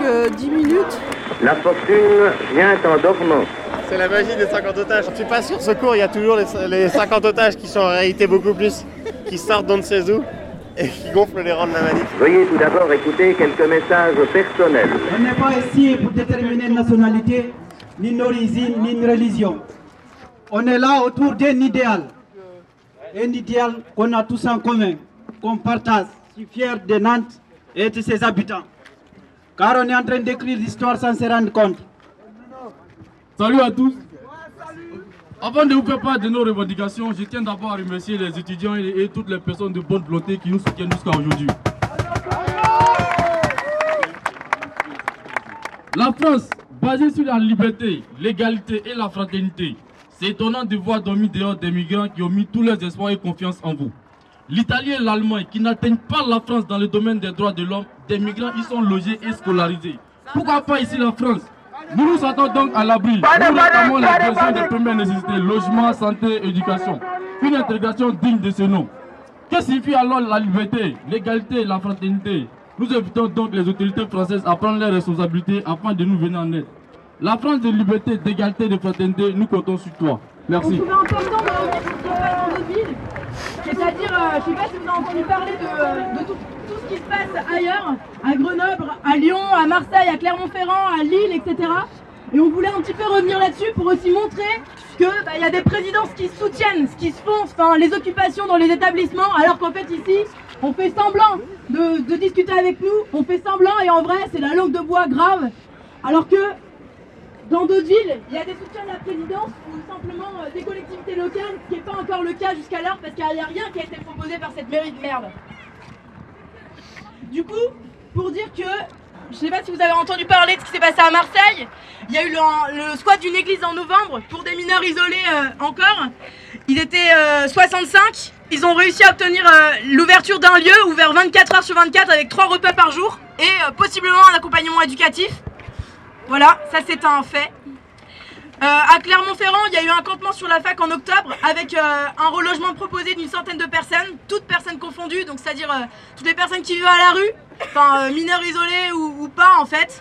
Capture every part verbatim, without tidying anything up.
que dix minutes. La fortune vient en dormant. C'est la magie des cinquante otages. Quand tu passes sur ce cours, il y a toujours les, les cinquante otages qui sont en réalité beaucoup plus, qui sortent d'on ne sait où et qui gonflent les rangs de la manif. Veuillez tout d'abord écouter quelques messages personnels. On n'est pas ici pour déterminer une nationalité, ni une origine, ni une religion. On est là autour d'un idéal. Un idéal qu'on a tous en commun, qu'on partage. Je suis fier de Nantes et de ses habitants. Car on est en train d'écrire l'histoire sans se rendre compte. Salut à tous. Avant de vous faire part de nos revendications, je tiens d'abord à remercier les étudiants et, et toutes les personnes de bonne volonté qui nous soutiennent jusqu'à aujourd'hui. La France, basée sur la liberté, l'égalité et la fraternité, c'est étonnant de voir dormir dehors des migrants qui ont mis tous leurs espoirs et confiance en vous. L'Italie et l'Allemagne qui n'atteignent pas la France dans le domaine des droits de l'homme, des migrants y sont logés et scolarisés. Pourquoi pas ici la France? Nous nous sentons donc à l'abri. Nous réclamons les besoins de première nécessité, logement, santé, éducation. Une intégration digne de ce nom. Que signifie alors la liberté, l'égalité et la fraternité? Nous invitons donc les autorités françaises à prendre leurs responsabilités afin de nous venir en aide. La France de liberté, d'égalité et de fraternité, nous comptons sur toi. Merci. On trouvait important dans ce qui se passe dans notre ville. C'est-à-dire, euh, je ne sais pas si vous avez entendu parler de, de tout, tout ce qui se passe ailleurs, à Grenoble, à Lyon, à Marseille, à Clermont-Ferrand, à Lille, et cetera. Et on voulait un petit peu revenir là-dessus pour aussi montrer qu'il bah, y a des présidences qui soutiennent ce qui se font, enfin, les occupations dans les établissements, alors qu'en fait ici, on fait semblant de, de discuter avec nous, on fait semblant et en vrai, c'est la langue de bois grave. Alors que dans d'autres villes, il y a des soutiens de la présidence ou simplement euh, des collectivités locales, ce qui n'est pas encore le cas jusqu'à l'heure parce qu'il n'y a rien qui a été proposé par cette mairie de merde. Du coup, pour dire que, je ne sais pas si vous avez entendu parler de ce qui s'est passé à Marseille, il y a eu le, le squat d'une église en novembre pour des mineurs isolés euh, encore. Ils étaient euh, soixante-cinq, ils ont réussi à obtenir euh, l'ouverture d'un lieu ouvert vingt-quatre heures sur vingt-quatre avec trois repas par jour et euh, possiblement un accompagnement éducatif. Voilà, ça c'est un fait. Euh, à Clermont-Ferrand, il y a eu un campement sur la fac en octobre avec euh, un relogement proposé d'une centaine de personnes, toutes personnes confondues, donc c'est-à-dire euh, toutes les personnes qui vivent à la rue, enfin euh, mineurs isolés ou, ou pas en fait.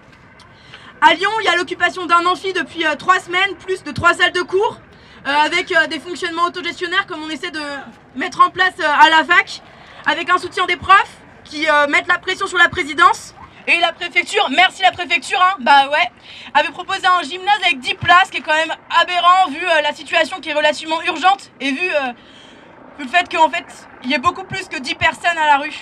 À Lyon, il y a l'occupation d'un amphi depuis euh, trois semaines, plus de trois salles de cours, euh, avec euh, des fonctionnements autogestionnaires comme on essaie de mettre en place euh, à la fac, avec un soutien des profs qui euh, mettent la pression sur la présidence. Et la préfecture, merci la préfecture, hein, bah ouais, avait proposé un gymnase avec dix places, qui est quand même aberrant vu euh, la situation qui est relativement urgente et vu, euh, vu le fait qu'en fait, il y ait beaucoup plus que dix personnes à la rue.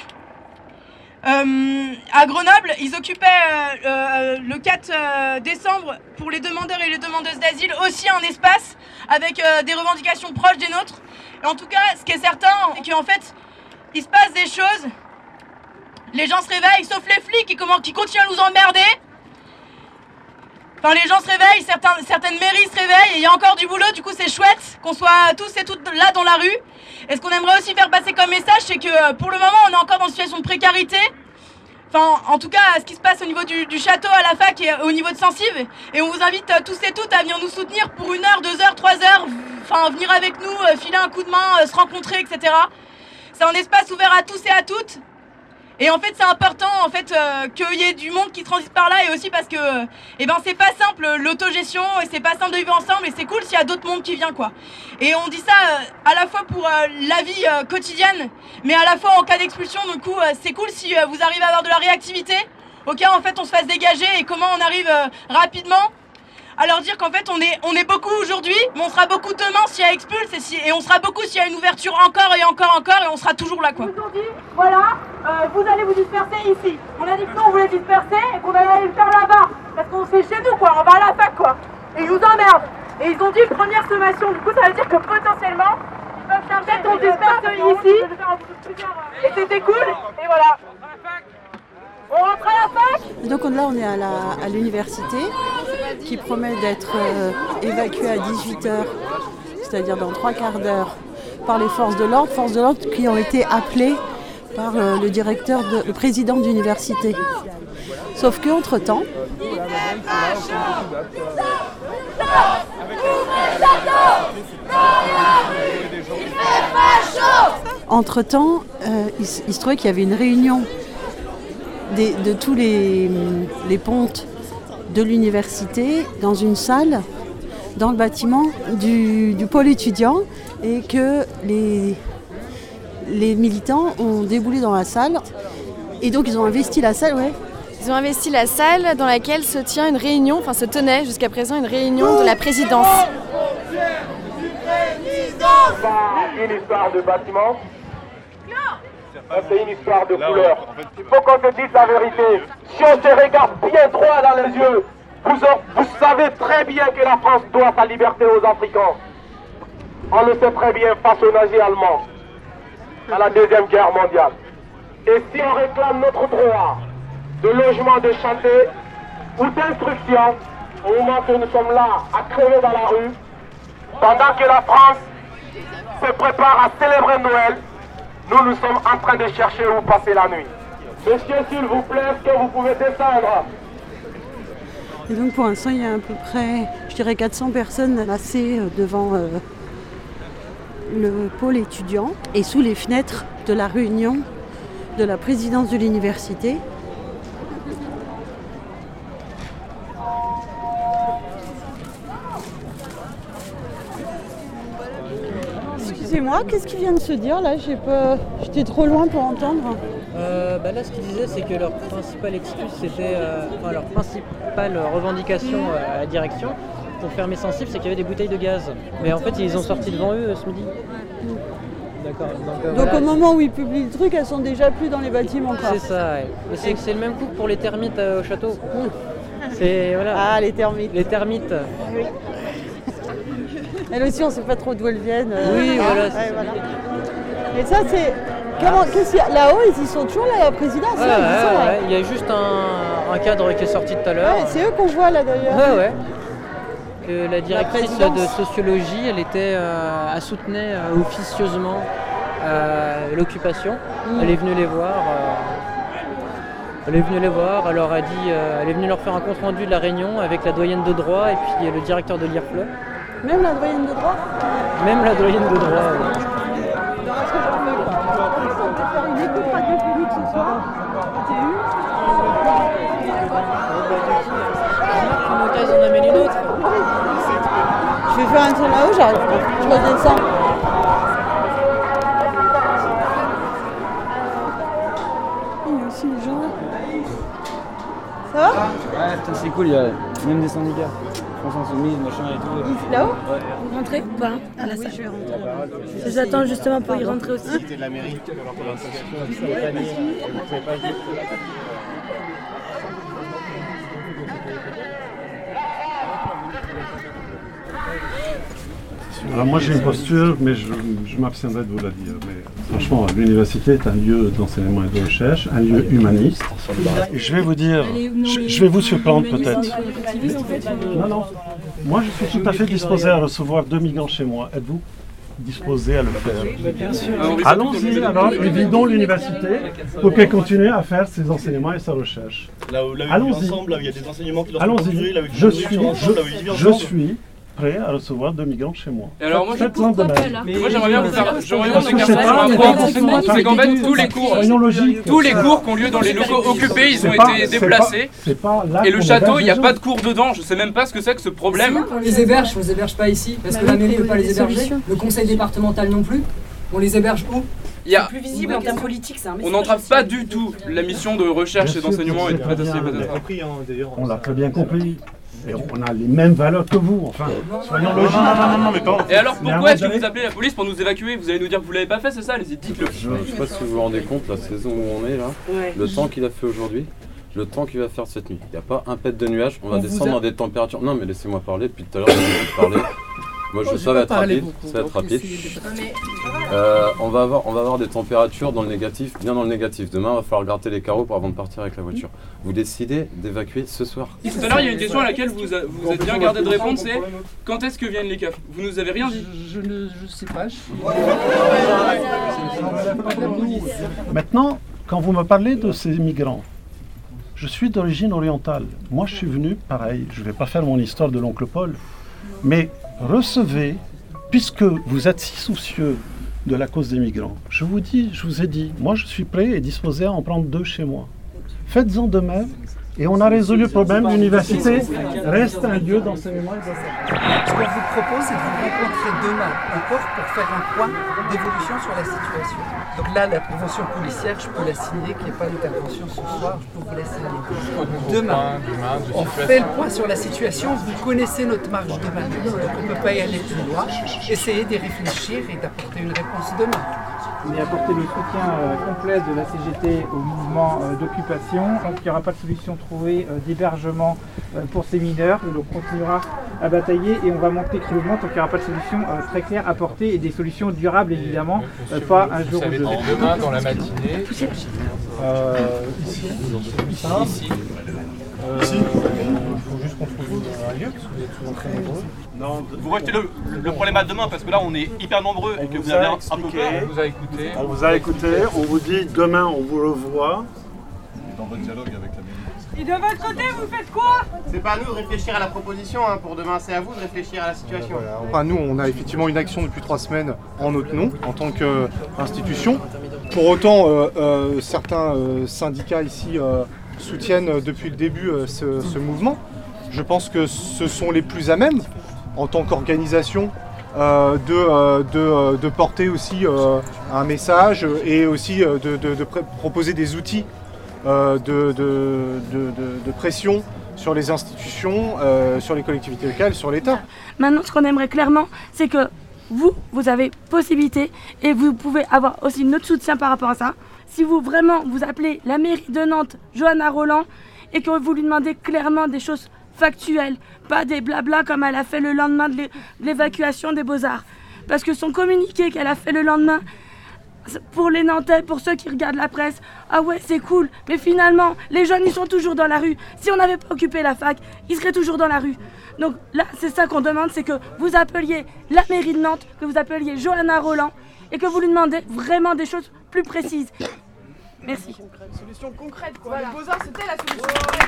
Euh, à Grenoble, ils occupaient euh, euh, le quatre décembre pour les demandeurs et les demandeuses d'asile aussi un espace avec euh, des revendications proches des nôtres. Et en tout cas, ce qui est certain, c'est qu'en fait, il se passe des choses. Les gens se réveillent, sauf les flics qui, comment, qui continuent à nous emmerder. Enfin, les gens se réveillent, certains, certaines mairies se réveillent, et il y a encore du boulot, du coup c'est chouette qu'on soit tous et toutes là dans la rue. Et ce qu'on aimerait aussi faire passer comme message, c'est que pour le moment, on est encore dans une situation de précarité. Enfin, en tout cas, ce qui se passe au niveau du, du château à la fac et au niveau de Sensive. Et on vous invite tous et toutes à venir nous soutenir pour une heure, deux heures, trois heures. Enfin, venir avec nous, filer un coup de main, se rencontrer, et cetera. C'est un espace ouvert à tous et à toutes. Et en fait c'est important en fait euh, qu'il y ait du monde qui transite par là et aussi parce que euh, eh ben c'est pas simple l'autogestion et c'est pas simple de vivre ensemble et c'est cool s'il y a d'autres mondes qui viennent quoi. Et on dit ça euh, à la fois pour euh, la vie euh, quotidienne mais à la fois en cas d'expulsion, du coup euh, c'est cool si euh, vous arrivez à avoir de la réactivité au cas en fait on se fasse dégager et comment on arrive euh, rapidement à leur dire qu'en fait on est, on est beaucoup aujourd'hui, mais on sera beaucoup demain s'il y a expulse et, si, et on sera beaucoup s'il y a une ouverture encore et encore encore et on sera toujours là quoi. Ils nous ont dit, voilà, euh, vous allez vous disperser ici. On a dit que nous on voulait disperser et qu'on allait aller le faire là-bas. Parce qu'on c'est chez nous quoi, on va à la fac quoi. Et ils nous emmerdent. Et ils ont dit première sommation, du coup ça veut dire que potentiellement, ils peuvent faire peut-être qu'on disperse ici. Et c'était cool, et voilà. On rentre à la fac. Donc là on est à, la, à l'université qui promet d'être euh, évacué à dix-huit heures, c'est-à-dire dans trois quarts d'heure, par les forces de l'ordre, forces de l'ordre qui ont été appelées par euh, le directeur, de, le président d'université. Sauf qu'entre-temps, entre-temps, euh, il, il se trouvait qu'il y avait une réunion des, de tous les, les pontes de l'université dans une salle, dans le bâtiment du, du pôle étudiant, et que les, les militants ont déboulé dans la salle. Et donc ils ont investi la salle, ouais. Ils ont investi la salle dans laquelle se tient une réunion, enfin se tenait jusqu'à présent une réunion de la présidence. C'est une histoire de bâtiment, c'est une histoire de couleur. Il faut qu'on se dise la vérité. Si on se regarde bien droit dans les yeux, vous, vous savez très bien que la France doit sa liberté aux Africains. On le sait très bien face aux nazis allemands à la Deuxième Guerre mondiale. Et si on réclame notre droit de logement, de chantier ou d'instruction, au moment que nous sommes là à crever dans la rue, pendant que la France se prépare à célébrer Noël, nous nous sommes en train de chercher où passer la nuit. Monsieur, s'il vous plaît, est-ce que vous pouvez descendre? Et donc pour l'instant, il y a à peu près, je dirais, quatre cents personnes amassées devant euh, le pôle étudiant et sous les fenêtres de la réunion de la présidence de l'université. Excusez-moi, qu'est-ce qui vient de se dire là? J'ai pas... J'étais trop loin pour entendre. Euh, bah là, ce qu'ils disaient, c'est que leur principale excuse, c'était, euh, enfin, leur principale revendication euh, à la direction pour fermer Sensible, c'est qu'il y avait des bouteilles de gaz. Mais en fait, ils ont sorti devant eux euh, ce midi. D'accord. Donc, euh, Donc voilà. Au moment où ils publient le truc, elles sont déjà plus dans les bâtiments. C'est ça, ouais. Et c'est, c'est le même coup que pour les termites euh, au château. C'est, voilà. Ah, les termites. Les termites. Oui. Elles aussi, on ne sait pas trop d'où elles viennent. Oui, ah, voilà. ouais, C'est voilà. Et ça, c'est... Comment, qu'est-ce qu'il y a là-haut, ils y sont toujours là, la présidence ouais, là, ouais, ils sont, ouais. là. Il y a juste un, un cadre qui est sorti tout à l'heure. Ouais, c'est eux qu'on voit là d'ailleurs. Ouais, ouais. Que la directrice la de sociologie, elle était, euh, elle soutenait euh, officieusement euh, l'occupation. Mmh. Elle est venue les voir. Euh, elle est venue les voir. Elle leur a dit, euh, elle est venue leur faire un compte rendu de la réunion avec la doyenne de droit et puis le directeur de l'I R F L E. Même la doyenne de droit. Même la doyenne de droit. Ouais. Faire une écoute radiophonique ce soir. T'es eu Une occasion d'en amener une autre. Je vais faire un tour là-haut, j'arrive. Je redescends. Il y a aussi les gens là. Ça va? Ouais, putain, c'est cool, il y a même des syndicats. France Insoumise, machin et tout. Là-haut? Ouais. Vous rentrez ou pas? À la Oui, salle. je vais rentrer. J'attends justement pour y rentrer aussi. C'était de la mairie. Alors moi j'ai une posture, mais je, je m'abstiendrai de vous la dire. Mais franchement, l'université est un lieu d'enseignement et de recherche, un lieu humaniste. Et je vais vous dire, je, je vais vous surprendre peut-être. Non, non. Moi je suis tout à fait disposé à recevoir deux migrants chez moi. Êtes-vous disposé à le faire? Bien sûr. Allons-y alors, et vidons l'université pour qu'elle continue à faire ses enseignements et sa recherche. Là où, là où Allons-y. ensemble, là où il y a des enseignements qui doivent Allons-y. se construire, là où ils Je vivent suis, ensemble, là où ils je, vivent je ensemble. suis prêt à recevoir deux migrants chez moi. Et alors moi, je- Faites-en de pourquoi même. pas, là Moi, j'aimerais bien vous faire- j'aimerais bien Parce vous que faire c'est ça pas- sur un c'est point. pas- C'est qu'en fait, tous les cours, Soyons logiques. tous les cours qui ont lieu dans les locaux occupés, ils ont C'est pas- été c'est déplacés. pas- c'est pas là Et le qu'on château, héberge il n'y a les pas gens. de cours dedans. Je sais même pas ce que c'est que ce problème. On les héberge, on les héberge pas ici, parce que la mairie ne veut pas les héberger, le conseil départemental non plus. On les héberge où? Il y a- plus visible en termes politiques, c'est un On n'entrave pas du tout la mission de recherche et d'enseignement et de présentation. On l'a très bien compris. Et on a les mêmes valeurs que vous, enfin, soyons logiques. Et alors Mais à un pourquoi est-ce que moment vous appelez la police pour nous évacuer? Vous allez nous dire que vous l'avez pas fait, c'est ça? Allez-y, dites-le. Je ne sais pas si vous vous rendez compte, la saison où on est là, Ouais. le temps qu'il a fait aujourd'hui, le temps qu'il va faire cette nuit. Il n'y a pas un pet de nuages, on va On vous descendre a- dans des températures. Non mais laissez-moi parler, depuis tout à l'heure je vous parler. Moi je Oh, ça j'ai va pas être parlé rapide, beaucoup, ça va être donc rapide. essayez de- Euh, on, va avoir, on va avoir des températures dans le négatif, bien dans le négatif. Demain il va falloir gratter les carreaux pour avant de partir avec la voiture. Vous décidez d'évacuer ce soir. Tout à l'heure, il y a une question à laquelle vous a- vous êtes bien gardé de répondre, c'est quand est-ce que viennent les C A F? Vous nous avez rien dit. Je ne je sais pas. Je... Maintenant, quand vous me parlez de ces migrants, je suis d'origine orientale. Moi, je suis venu, pareil, je ne vais pas faire mon histoire de l'oncle Paul, mais recevez, puisque vous êtes si soucieux de la cause des migrants, je vous dis, je vous ai dit, moi je suis prêt et disposé à en prendre deux chez moi. faites-en de même. Et on a résolu le problème, l'université reste un lieu d'enseignement et de Ce qu'on vous propose, c'est de vous rencontrer demain encore pour faire un point d'évolution sur la situation. Donc là, la prévention policière, je peux la signer, qu'il n'y ait pas d'intervention ce soir, je peux vous la signer. Demain, on fait le point sur la situation, vous connaissez notre marge de manœuvre, donc on ne peut pas y aller plus loin. Essayez d'y réfléchir et d'apporter une réponse demain. On a apporté le soutien euh, complet de la C G T au mouvement euh, d'occupation. Donc il n'y aura pas de solution trouvée euh, d'hébergement euh, pour ces mineurs. Donc on continuera à batailler et on va monter cruellement tant qu'il n'y aura pas de solution euh, très claire apportée et des solutions durables évidemment, euh, pas un jour ou deux. Demain dans la matinée. Euh, ici. Ici. Ici. Euh, ici. Il faut juste qu'on trouve un lieu parce que vous êtes toujours très nombreux. Non, vous rejetez le, le problème à demain parce que là on est hyper nombreux et que vous avez un, un peu peur. On vous a écouté. On vous a écouté, on vous dit demain on vous revoit. Dans votre dialogue avec la mairie. Et de votre côté, vous faites quoi? C'est pas à nous de réfléchir à la proposition hein, pour demain, c'est à vous de réfléchir à la situation. Enfin, nous, on a effectivement une action depuis trois semaines en notre nom, en tant qu'institution. Pour autant, euh, euh, certains euh, syndicats ici euh, soutiennent depuis le début euh, ce, ce mouvement. Je pense que ce sont les plus à même, en tant qu'organisation, euh, de, euh, de, euh, de porter aussi euh, un message et aussi euh, de, de, de pr- proposer des outils euh, de, de, de, de, de pression sur les institutions, euh, sur les collectivités locales, sur l'État. Maintenant, ce qu'on aimerait clairement, c'est que vous, vous avez possibilité et vous pouvez avoir aussi notre soutien par rapport à ça. Si vous vraiment vous appelez la mairie de Nantes, Johanna Roland, et que vous lui demandez clairement des choses factuelles, pas des blabla comme elle a fait le lendemain de l'évacuation des Beaux-Arts. Parce que son communiqué qu'elle a fait le lendemain, pour les Nantais, pour ceux qui regardent la presse, ah ouais c'est cool, mais finalement les jeunes ils sont toujours dans la rue. Si on n'avait pas occupé la fac, ils seraient toujours dans la rue. Donc là c'est ça qu'on demande, c'est que vous appeliez la mairie de Nantes, que vous appeliez Johanna Roland et que vous lui demandez vraiment des choses plus précises. Merci. Solution concrète quoi. Voilà. Les Beaux-Arts c'était la solution.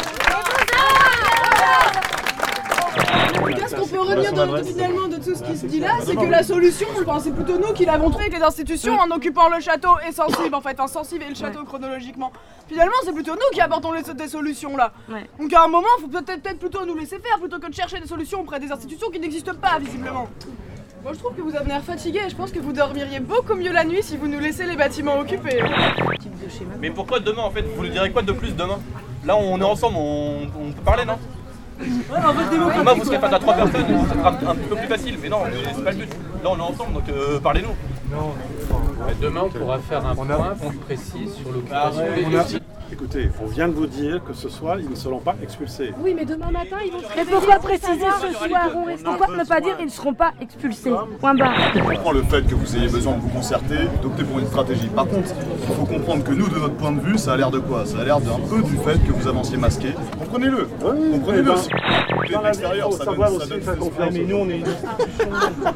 Ce qu'on peut retenir de, finalement de tout ce qui se dit là, c'est que la solution, enfin, c'est plutôt nous qui l'avons trouvée avec les institutions en occupant le château et Sensible, en fait, Sensible et le château ouais. chronologiquement. Finalement, c'est plutôt nous qui apportons les, des solutions là. Ouais. Donc à un moment, il faut peut-être peut-être plutôt nous laisser faire plutôt que de chercher des solutions auprès des institutions qui n'existent pas visiblement. Moi je trouve que vous avez l'air fatigué et je pense que vous dormiriez beaucoup mieux la nuit si vous nous laissez les bâtiments occupés. Mais pourquoi demain en fait? Vous nous direz quoi de plus demain? Là on est ensemble, on, on peut parler non? Ouais, en fait, demain vous serez face à trois personnes, ça sera un, un petit peu plus facile, mais non, c'est pas le but. Là on est ensemble donc euh, parlez-nous. Non, demain on pourra faire un point plus précis sur l'occupation des lieux. Écoutez, on vient de vous dire que ce soir, ils ne seront pas expulsés. Oui, mais demain matin, ils vont se réveiller. Mais pourquoi préciser ce soir? Pourquoi ne pas dire qu'ils ne seront pas expulsés? Point barre. Je comprends le fait que vous ayez besoin de vous concerter, d'opter pour une stratégie. Par contre, il faut comprendre que nous, de notre point de vue, ça a l'air de quoi? Ça a l'air d'un peu du fait que vous avanciez masqué. Comprenez-le. Oui, comprenez-le. Ben, dans la l'extérieur, ça donne, aussi, ça donne ça confiance. Mais nous, on est une institution.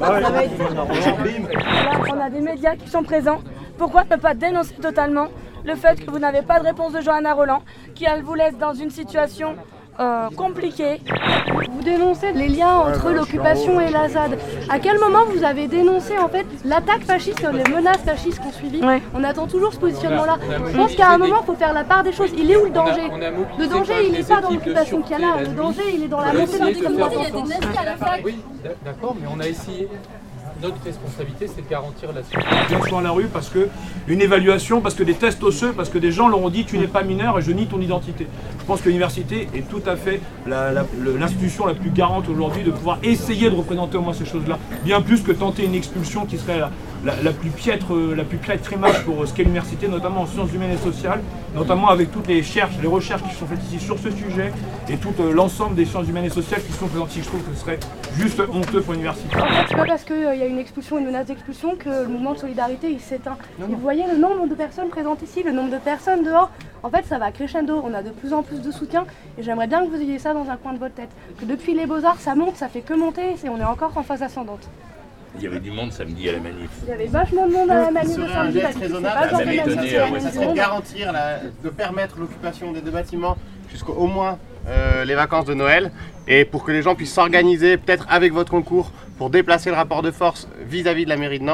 Là, on a des médias qui sont présents. Pourquoi ne pas dénoncer totalement le fait que vous n'avez pas de réponse de Johanna Roland, qui elle vous laisse dans une situation euh, compliquée. Vous dénoncez les liens entre l'occupation et la Z A D. À quel moment vous avez dénoncé en fait l'attaque fasciste, les menaces fascistes qu'on suivi? Ouais. On attend toujours ce positionnement-là. Je pense qu'à un moment, il faut faire la part des choses. Il est où le danger? on a, on a Le danger, il n'est pas dans l'occupation qu'il y a là. Le danger, il est dans la montée d'antisémitisme. Oui, d'accord, mais on a essayé. Notre responsabilité, c'est de garantir la sécurité. Ils sont à la rue parce que une évaluation, parce que des tests osseux, parce que des gens leur ont dit tu n'es pas mineur et je nie ton identité. Je pense que l'université est tout à fait la, la, l'institution la plus garante aujourd'hui de pouvoir essayer de représenter au moins ces choses-là, bien plus que tenter une expulsion qui serait la, la, la plus piètre, la plus piètre image pour ce qu'est l'université, notamment en sciences humaines et sociales, notamment avec toutes les recherches, les recherches qui sont faites ici sur ce sujet et tout euh, l'ensemble des sciences humaines et sociales qui sont présentes ici. Je trouve que ce serait juste honteux pour l'université. En fait, c'est pas parce qu'il euh, y a une expulsion, une menace d'expulsion que le mouvement de solidarité il s'éteint. Et vous voyez le nombre de personnes présentes ici, le nombre de personnes dehors, en fait ça va crescendo, on a de plus en plus de soutien et j'aimerais bien que vous ayez ça dans un coin de votre tête. Que depuis les Beaux-Arts ça monte, ça fait que monter et on est encore en phase ascendante. Il y avait du monde samedi à la manif. Il y avait vachement de monde à la manif ce de serait un geste raisonnable, ça serait de garantir, la, de permettre l'occupation des deux bâtiments jusqu'au moins euh, les vacances de Noël et pour que les gens puissent s'organiser peut-être avec votre concours pour déplacer le rapport de force vis-à-vis de la mairie de Nantes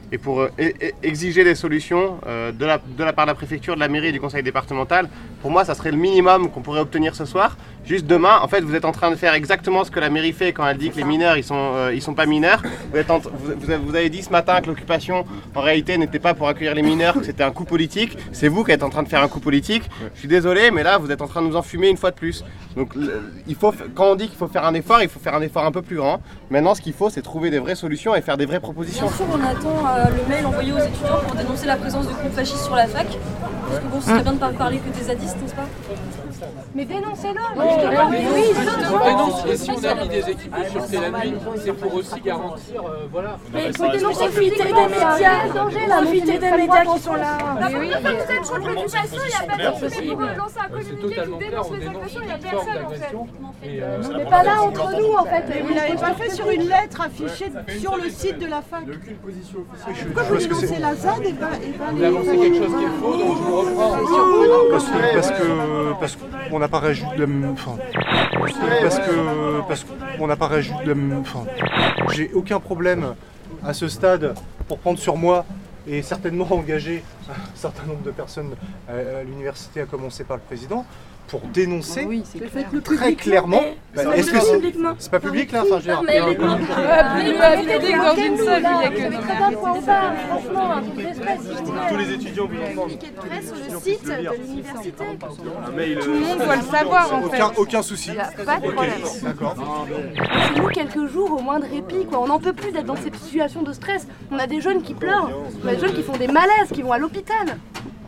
et pour euh, e- e- exiger des solutions euh, de, la, de la part de la préfecture, de la mairie et du conseil départemental. Pour moi, ça serait le minimum qu'on pourrait obtenir ce soir. Juste demain, en fait, vous êtes en train de faire exactement ce que la mairie fait quand elle dit que les mineurs, ils sont, euh, ils sont pas mineurs. Vous, êtes en, vous, vous avez, vous avez dit ce matin que l'occupation, en réalité, n'était pas pour accueillir les mineurs, que c'était un coup politique. C'est vous qui êtes en train de faire un coup politique. Je suis désolé, mais là, vous êtes en train de nous enfumer une fois de plus. Donc, le, il faut, quand on dit qu'il faut faire un effort, il faut faire un effort un peu plus grand. Maintenant, ce qu'il faut, c'est trouver des vraies solutions et faire des vraies propositions. Bien sûr, on attend euh, le mail envoyé aux étudiants pour dénoncer la présence de groupes fascistes sur la fac. Parce que bon, ce serait bien de ne pas parler que des zadistes, n'est-ce pas? Mais dénoncez-le. Oui, on dénonce. Et si on a mis des équipes de sûreté la nuit, c'est pour aussi garantir, euh, voilà. Mais il faut dénoncer, profiter des médias, profiter des médias qui sont là. Mais oui, vous êtes contre l'occupation, il n'y a personne qui peut lancer un communiqué qui dénonce les agressions, il n'y a personne en fait. On n'est pas là entre nous en fait. Vous ne l'avez pas fait sur une lettre affichée sur le site de la fac. Pourquoi vous dénoncez la Z A D et pas les... Vous avancez quelque chose qui est faux, donc je vous reprends. Parce que, parce que, parce qu'on n'a pas réagi de la même... Enfin, parce que, parce qu'on n'a pas réagi de la même... Enfin, j'ai aucun problème à ce stade pour prendre sur moi et certainement engager un certain nombre de personnes à, à l'université, à commencer par le président, pour dénoncer oui, clair. très clairement. Bah, Est-ce que c'est pas public là? Enfin, je veux dire. Mais les public dans une salle, il y a que franchement, un truc d'espèce. Tous les étudiants vous entendent. Sur le site de l'université. Tout le monde doit le savoir en fait. Aucun souci. Pas de problème. D'accord. C'est nous quelques jours au moins de répit, quoi. On n'en peut plus d'être dans cette situation de stress. On a des jeunes qui pleurent, on a des jeunes qui font des malaises, qui vont à l'hôpital.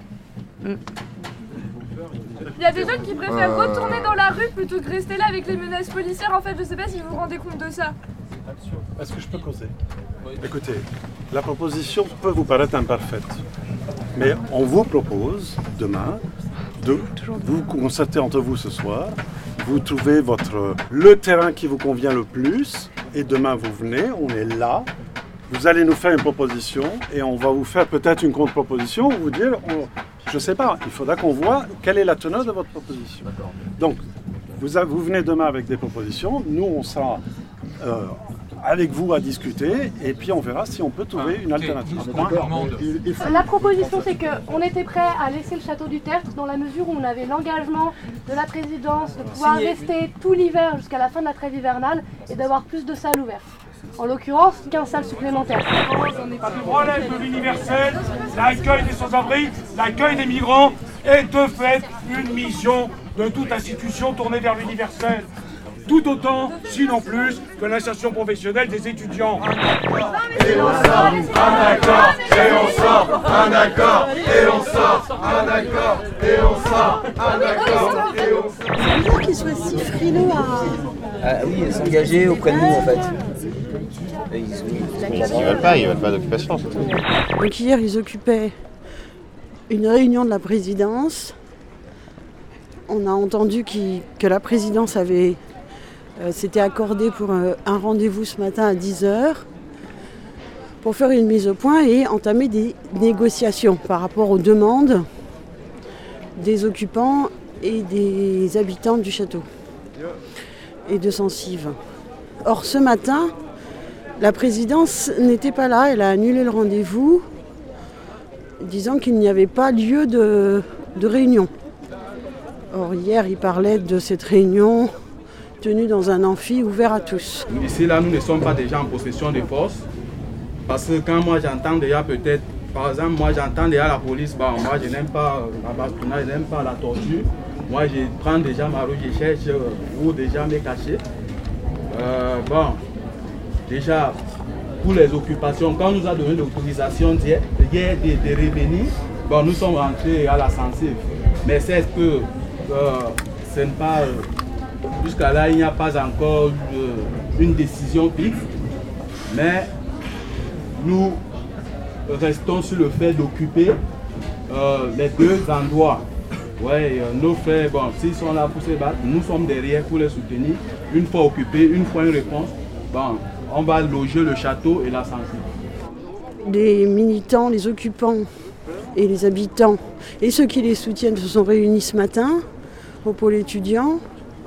Il y a des jeunes qui préfèrent euh... retourner dans la rue plutôt que rester là avec les menaces policières. En fait, je sais pas si vous vous rendez compte de ça. Est-ce que je peux causer? Écoutez, la proposition peut vous paraître imparfaite, mais on vous propose demain de vous concerter entre vous ce soir, vous trouvez votre, le terrain qui vous convient le plus, et demain vous venez, on est là. Vous allez nous faire une proposition et on va vous faire peut-être une contre-proposition, vous dire, on, je ne sais pas, il faudra qu'on voit quelle est la teneur de votre proposition. Donc, vous, a, vous venez demain avec des propositions, nous on sera euh, avec vous à discuter et puis on verra si on peut trouver une alternative. La proposition c'est qu'on était prêt à laisser le château du Tertre dans la mesure où on avait l'engagement de la présidence de pouvoir rester tout l'hiver jusqu'à la fin de la trêve hivernale et d'avoir plus de salles ouvertes. En l'occurrence, quinze salles supplémentaires. Le problème de l'universel, l'accueil des sans-abri, l'accueil des migrants est de fait une mission de toute institution tournée vers l'universel. Tout autant, sinon plus, que l'insertion professionnelle des étudiants. Et on sort un accord, et on sort un accord, et on sort un accord, et on sort un accord, et on sort. C'est bizarre qu'ils soient si frileux à... Ah oui, s'engager auprès de nous en fait. Ils ne veulent pas, ils veulent pas d'occupation, c'est tout. Donc hier, ils occupaient une réunion de la présidence. On a entendu qu que la présidence avait euh, s'était accordée pour euh, un rendez-vous ce matin à dix heures pour faire une mise au point et entamer des négociations par rapport aux demandes des occupants et des habitants du château et de Censive. Or ce matin, la présidence n'était pas là, elle a annulé le rendez-vous, disant qu'il n'y avait pas lieu de, de réunion. Or hier, il parlait de cette réunion tenue dans un amphi ouvert à tous. Ici, là, nous ne sommes pas déjà en possession de force, parce que quand moi j'entends déjà peut-être, par exemple, moi j'entends déjà la police, bah, moi je n'aime pas la bastonnade, je n'aime pas la torture. Moi je prends déjà ma route, je cherche où déjà me cacher. Euh, bon. Déjà, pour les occupations, quand on nous a donné l'autorisation d'hier de, de revenir, bon, nous sommes rentrés à la Censive. Mais c'est que euh, ce n'est pas, euh, jusqu'à là, il n'y a pas encore euh, une décision fixe. Mais nous restons sur le fait d'occuper euh, les deux endroits. Ouais, euh, nos frères, bon, s'ils sont là pour se battre, nous sommes derrière pour les soutenir. Une fois occupés, une fois une réponse, bon, on va loger le château et la Censive. Les militants, les occupants et les habitants et ceux qui les soutiennent se sont réunis ce matin au pôle étudiant.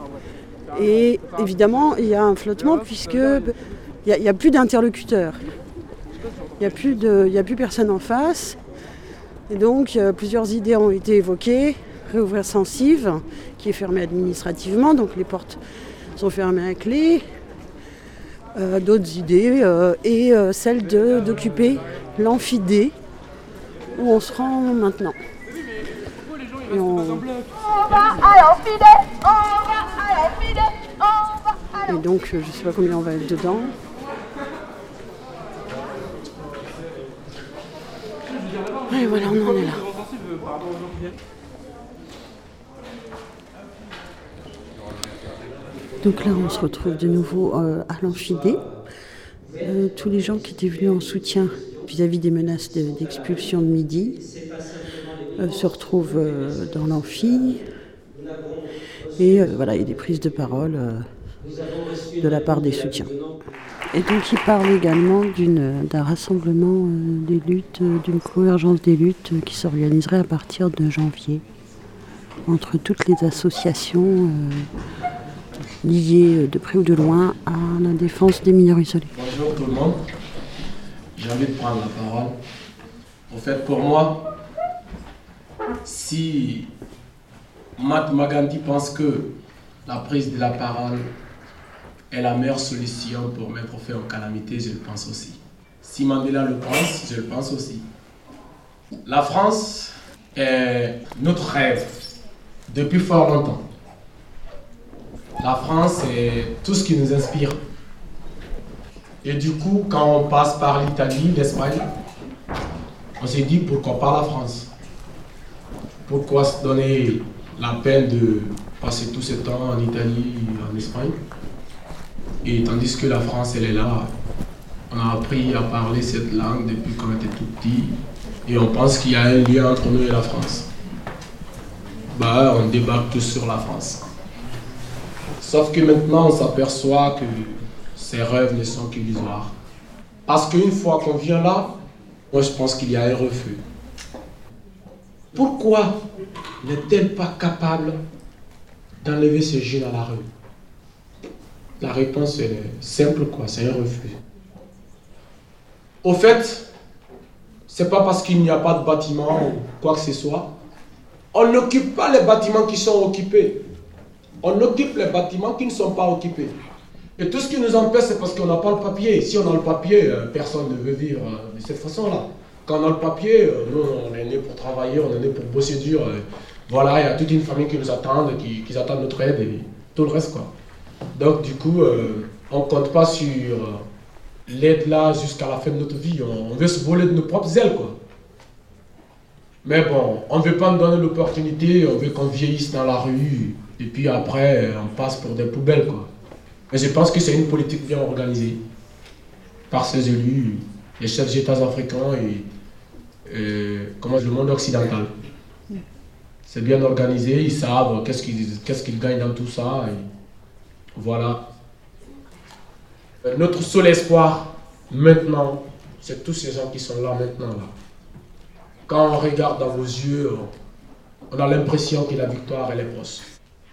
Et évidemment, il y a un flottement puisque il n'y a, a plus d'interlocuteurs. Il n'y a plus de, il n'y a plus personne en face. Et donc, euh, plusieurs idées ont été évoquées. Réouvrir Sensive, qui est fermé administrativement, donc les portes sont fermées à clé. Euh, d'autres idées, euh, et euh, celle de, d'occuper l'amphidé, où on se rend maintenant. Et on... On va à l'amphidé, on va à l'amphidé, on va à l'amphidé. Et donc, je ne sais pas combien on va être dedans. Et voilà, on en est là. Donc là, on se retrouve de nouveau euh, à l'amphidé. Euh, tous les gens qui étaient venus en soutien vis-à-vis des menaces de, d'expulsion de midi euh, se retrouvent euh, dans l'amphi. Et euh, voilà, il y a des prises de parole euh, de la part des soutiens. Et donc, il parle également d'une, d'un rassemblement euh, des luttes, euh, d'une convergence des luttes euh, qui s'organiserait à partir de janvier entre toutes les associations euh, liées de près ou de loin à la défense des mineurs isolés. Bonjour tout le monde, j'ai envie de prendre la parole. En fait, pour moi, si Mahatma Gandhi pense que la prise de la parole est la meilleure solution pour mettre fin aux calamités, je le pense aussi. Si Mandela le pense, je le pense aussi. La France est notre rêve depuis fort longtemps. La France est tout ce qui nous inspire. Et du coup, quand on passe par l'Italie, l'Espagne, on s'est dit pourquoi pas la France? Pourquoi se donner la peine de passer tout ce temps en Italie et en Espagne? Et tandis que la France, elle est là, on a appris à parler cette langue depuis qu'on était tout petit. Et on pense qu'il y a un lien entre nous et la France. Bah, on débarque tous sur la France. Sauf que maintenant, on s'aperçoit que ces rêves ne sont qu'illusoires. Parce qu'une fois qu'on vient là, moi je pense qu'il y a un refus. Pourquoi n'est-elle pas capable d'enlever ce jeune à la rue? La réponse est simple, quoi, c'est un refus. Au fait, c'est pas parce qu'il n'y a pas de bâtiment ou quoi que ce soit. On n'occupe pas les bâtiments qui sont occupés. On occupe les bâtiments qui ne sont pas occupés. Et tout ce qui nous empêche, c'est parce qu'on n'a pas le papier. Si on a le papier, personne ne veut vivre de cette façon-là. Quand on a le papier, nous, on est né pour travailler, on est né pour bosser dur. Voilà, il y a toute une famille qui nous attend, qui, qui attend notre aide et tout le reste, quoi. Donc, du coup, euh, on ne compte pas sur l'aide là jusqu'à la fin de notre vie. On, on veut se voler de nos propres ailes, quoi. Mais bon, on ne veut pas nous donner l'opportunité, on veut qu'on vieillisse dans la rue. Et puis après, on passe pour des poubelles, quoi. Mais je pense que c'est une politique bien organisée par ces élus, les chefs d'État africains et, et comment, le monde occidental. C'est bien organisé, ils savent qu'est-ce qu'ils qu'est-ce qu'ils gagnent dans tout ça. Et voilà. Notre seul espoir, maintenant, c'est tous ces gens qui sont là maintenant. Là. Quand on regarde dans vos yeux, on a l'impression que la victoire, elle est proche.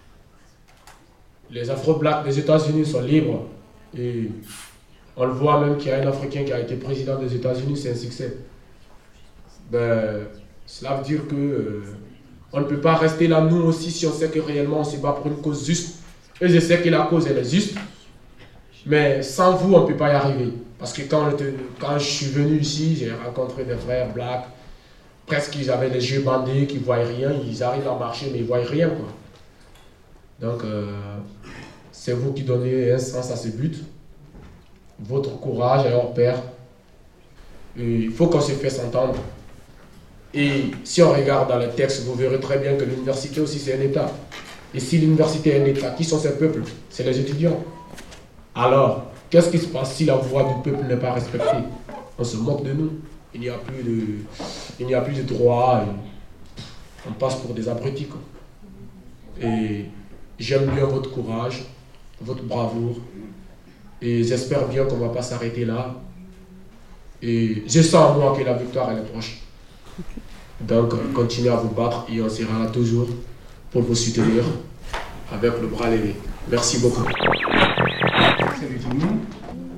Les Afro-Blacks des États-Unis sont libres et on le voit même qu'il y a un Africain qui a été président des États-Unis, c'est un succès. Ben, cela veut dire que euh, on ne peut pas rester là nous aussi si on sait que réellement on se bat pour une cause juste. Et je sais que la cause elle est juste, mais sans vous on ne peut pas y arriver. Parce que quand, était, quand je suis venu ici, j'ai rencontré des frères blacks, presque ils avaient les yeux bandés, qui ne voyaient rien, ils arrivent à marcher mais ils ne voient rien, quoi. Donc, euh, c'est vous qui donnez un sens à ce but. Votre courage est hors pair. Et il faut qu'on se fasse entendre. Et si on regarde dans les textes, vous verrez très bien que l'université aussi, c'est un État. Et si l'université est un État, qui sont ces peuples? C'est les étudiants. Alors, qu'est-ce qui se passe si la voix du peuple n'est pas respectée? On se moque de nous. Il n'y a plus de, il n'y a plus de droits. On passe pour des abrutis, quoi. Et j'aime bien votre courage, votre bravoure, et j'espère bien qu'on ne va pas s'arrêter là. Et je sens en moi que la victoire elle est proche. Donc continuez à vous battre et on sera là toujours pour vous soutenir avec le bras levé. Merci beaucoup. Salut tout le monde.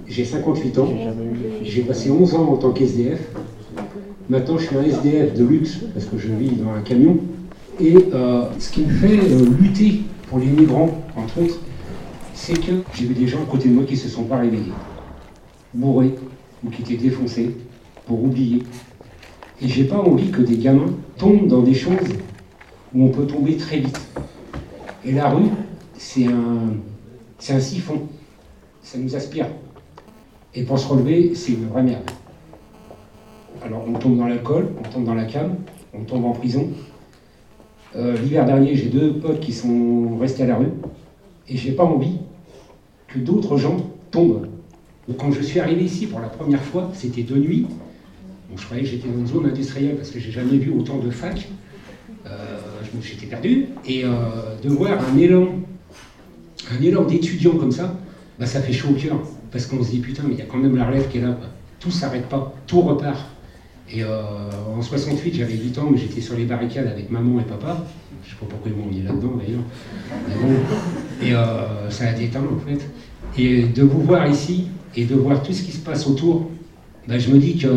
j'ai cinquante-huit ans, j'ai passé onze ans en tant qu'S D F. Maintenant, je suis un S D F de luxe parce que je vis dans un camion. Et euh, ce qui me fait euh, lutter pour les migrants, entre autres, c'est que j'ai vu des gens à côté de moi qui se sont pas réveillés, bourrés ou qui étaient défoncés pour oublier. Et j'ai pas envie que des gamins tombent dans des choses où on peut tomber très vite. Et la rue, c'est un, c'est un siphon, ça nous aspire. Et pour se relever, c'est une vraie merde. Alors on tombe dans l'alcool, on tombe dans la cam, on tombe en prison. Euh, l'hiver dernier, j'ai deux potes qui sont restés à la rue et j'ai pas envie que d'autres gens tombent. Donc, quand je suis arrivé ici pour la première fois, c'était de nuit. Bon, je croyais que j'étais dans une zone industrielle parce que j'ai jamais vu autant de fac. Euh, je me j'étais perdu et euh, de voir un élan, un élan d'étudiants comme ça, bah, ça fait chaud au cœur parce qu'on se dit putain mais il y a quand même la relève qui est là. Quoi. Tout s'arrête pas, tout repart. Et euh, en soixante-huit, j'avais huit ans, mais j'étais sur les barricades avec maman et papa. Je sais pas pourquoi ils m'ont mis là-dedans d'ailleurs. Mais bon. Et euh, ça a été éteint en fait. Et de vous voir ici et de voir tout ce qui se passe autour, ben, je me dis que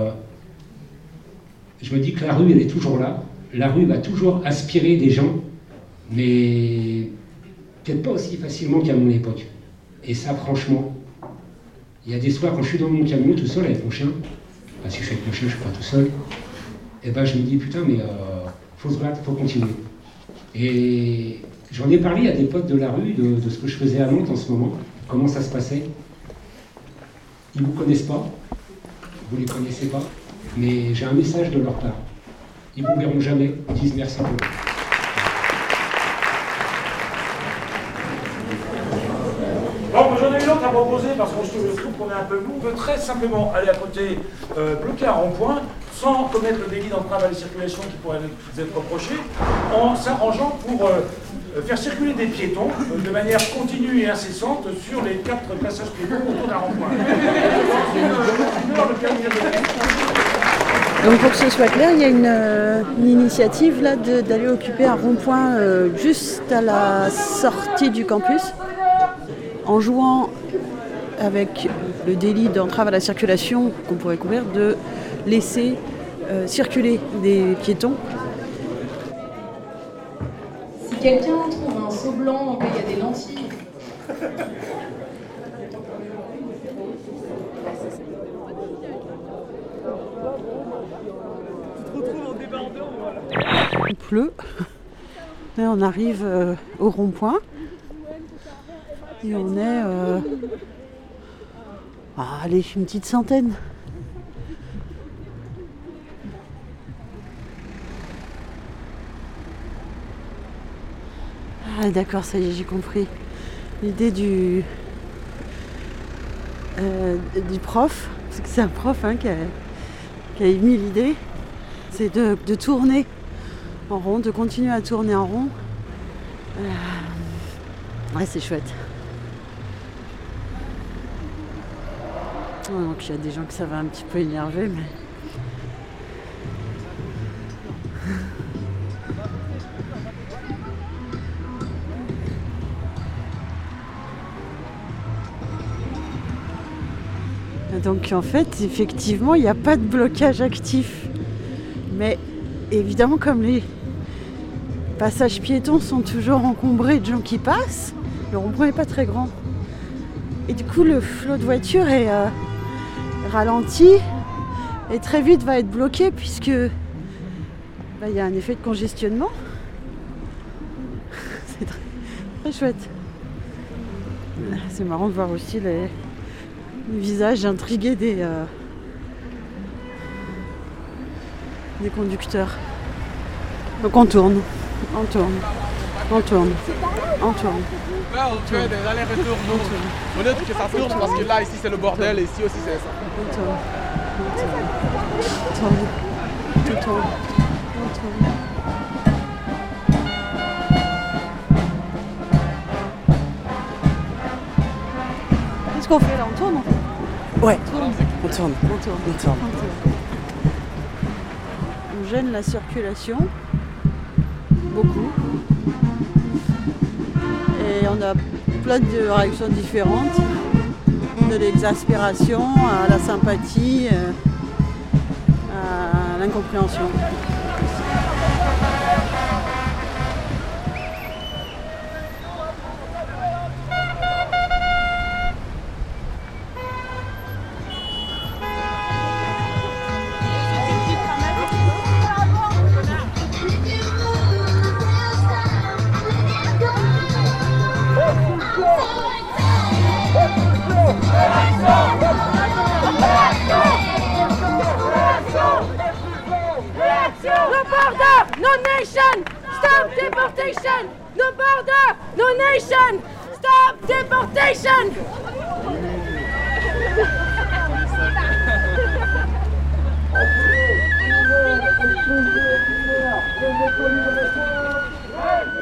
je me dis que la rue, elle est toujours là. La rue va toujours aspirer des gens, mais peut-être pas aussi facilement qu'à mon époque. Et ça, franchement, il y a des soirs quand je suis dans mon camion tout seul avec mon chien. Parce que je suis avec mon chien, je suis pas tout seul. Et ben je me dis putain mais euh, faut se battre, faut continuer. Et j'en ai parlé à des potes de la rue de, de ce que je faisais à Nantes en ce moment, comment ça se passait. Ils vous connaissent pas, vous les connaissez pas, mais j'ai un message de leur part. Ils vous verront jamais, ils disent merci pour vous. Bon, j'en ai une autre à proposer parce qu'on se trouve qu'on est un peu mou. On peut très simplement aller à côté, euh, bloquer un rond-point, sans commettre le délit d'entrave à la circulation qui pourrait nous être reproché, en s'arrangeant pour euh, faire circuler des piétons euh, de manière continue et incessante sur les quatre passages piétons autour d'un rond-point. Donc pour que ce soit clair, il y a une, euh, une initiative là de, d'aller occuper un rond-point euh, juste à la sortie du campus, en jouant avec le délit d'entrave à la circulation qu'on pourrait couvrir, de laisser euh, circuler des piétons. Si quelqu'un trouve un seau blanc dans lequel il y a des lentilles, il pleut, et on arrive euh, au rond-point. Et on est, euh... ah, allez, une petite centaine. Ah d'accord, ça y est, j'ai compris. L'idée du, euh, du prof, parce que c'est un prof hein, qui, a, qui a émis l'idée, c'est de, de tourner en rond, de continuer à tourner en rond. Euh... Ouais, c'est chouette. Donc il y a des gens que ça va un petit peu énerver, mais... Donc en fait, effectivement, il n'y a pas de blocage actif. Mais évidemment, comme les passages piétons sont toujours encombrés de gens qui passent, le rond-point n'est pas très grand. Et du coup, le flot de voitures est... Euh, ralenti et très vite va être bloqué puisque il bah, y a un effet de congestionnement. C'est très, très chouette. C'est marrant de voir aussi les, les visages intrigués des, euh, des conducteurs. Donc on tourne, on tourne, on tourne, on tourne. Là, on fait des allers-retours. On est que ça tourne parce que là, ici, c'est le bordel et ici aussi, c'est ça. On tourne. On tourne. On tourne. On tourne. Qu'est-ce qu'on fait là? On tourne en fait? Ouais. On tourne. On tourne. On tourne. On tourne. On gêne la circulation. Beaucoup. Et on a plein de réactions différentes. de l'exaspération à la sympathie, euh, à l'incompréhension. No border, no nation! Stop deportation! No border, no nation! Stop deportation! Hey!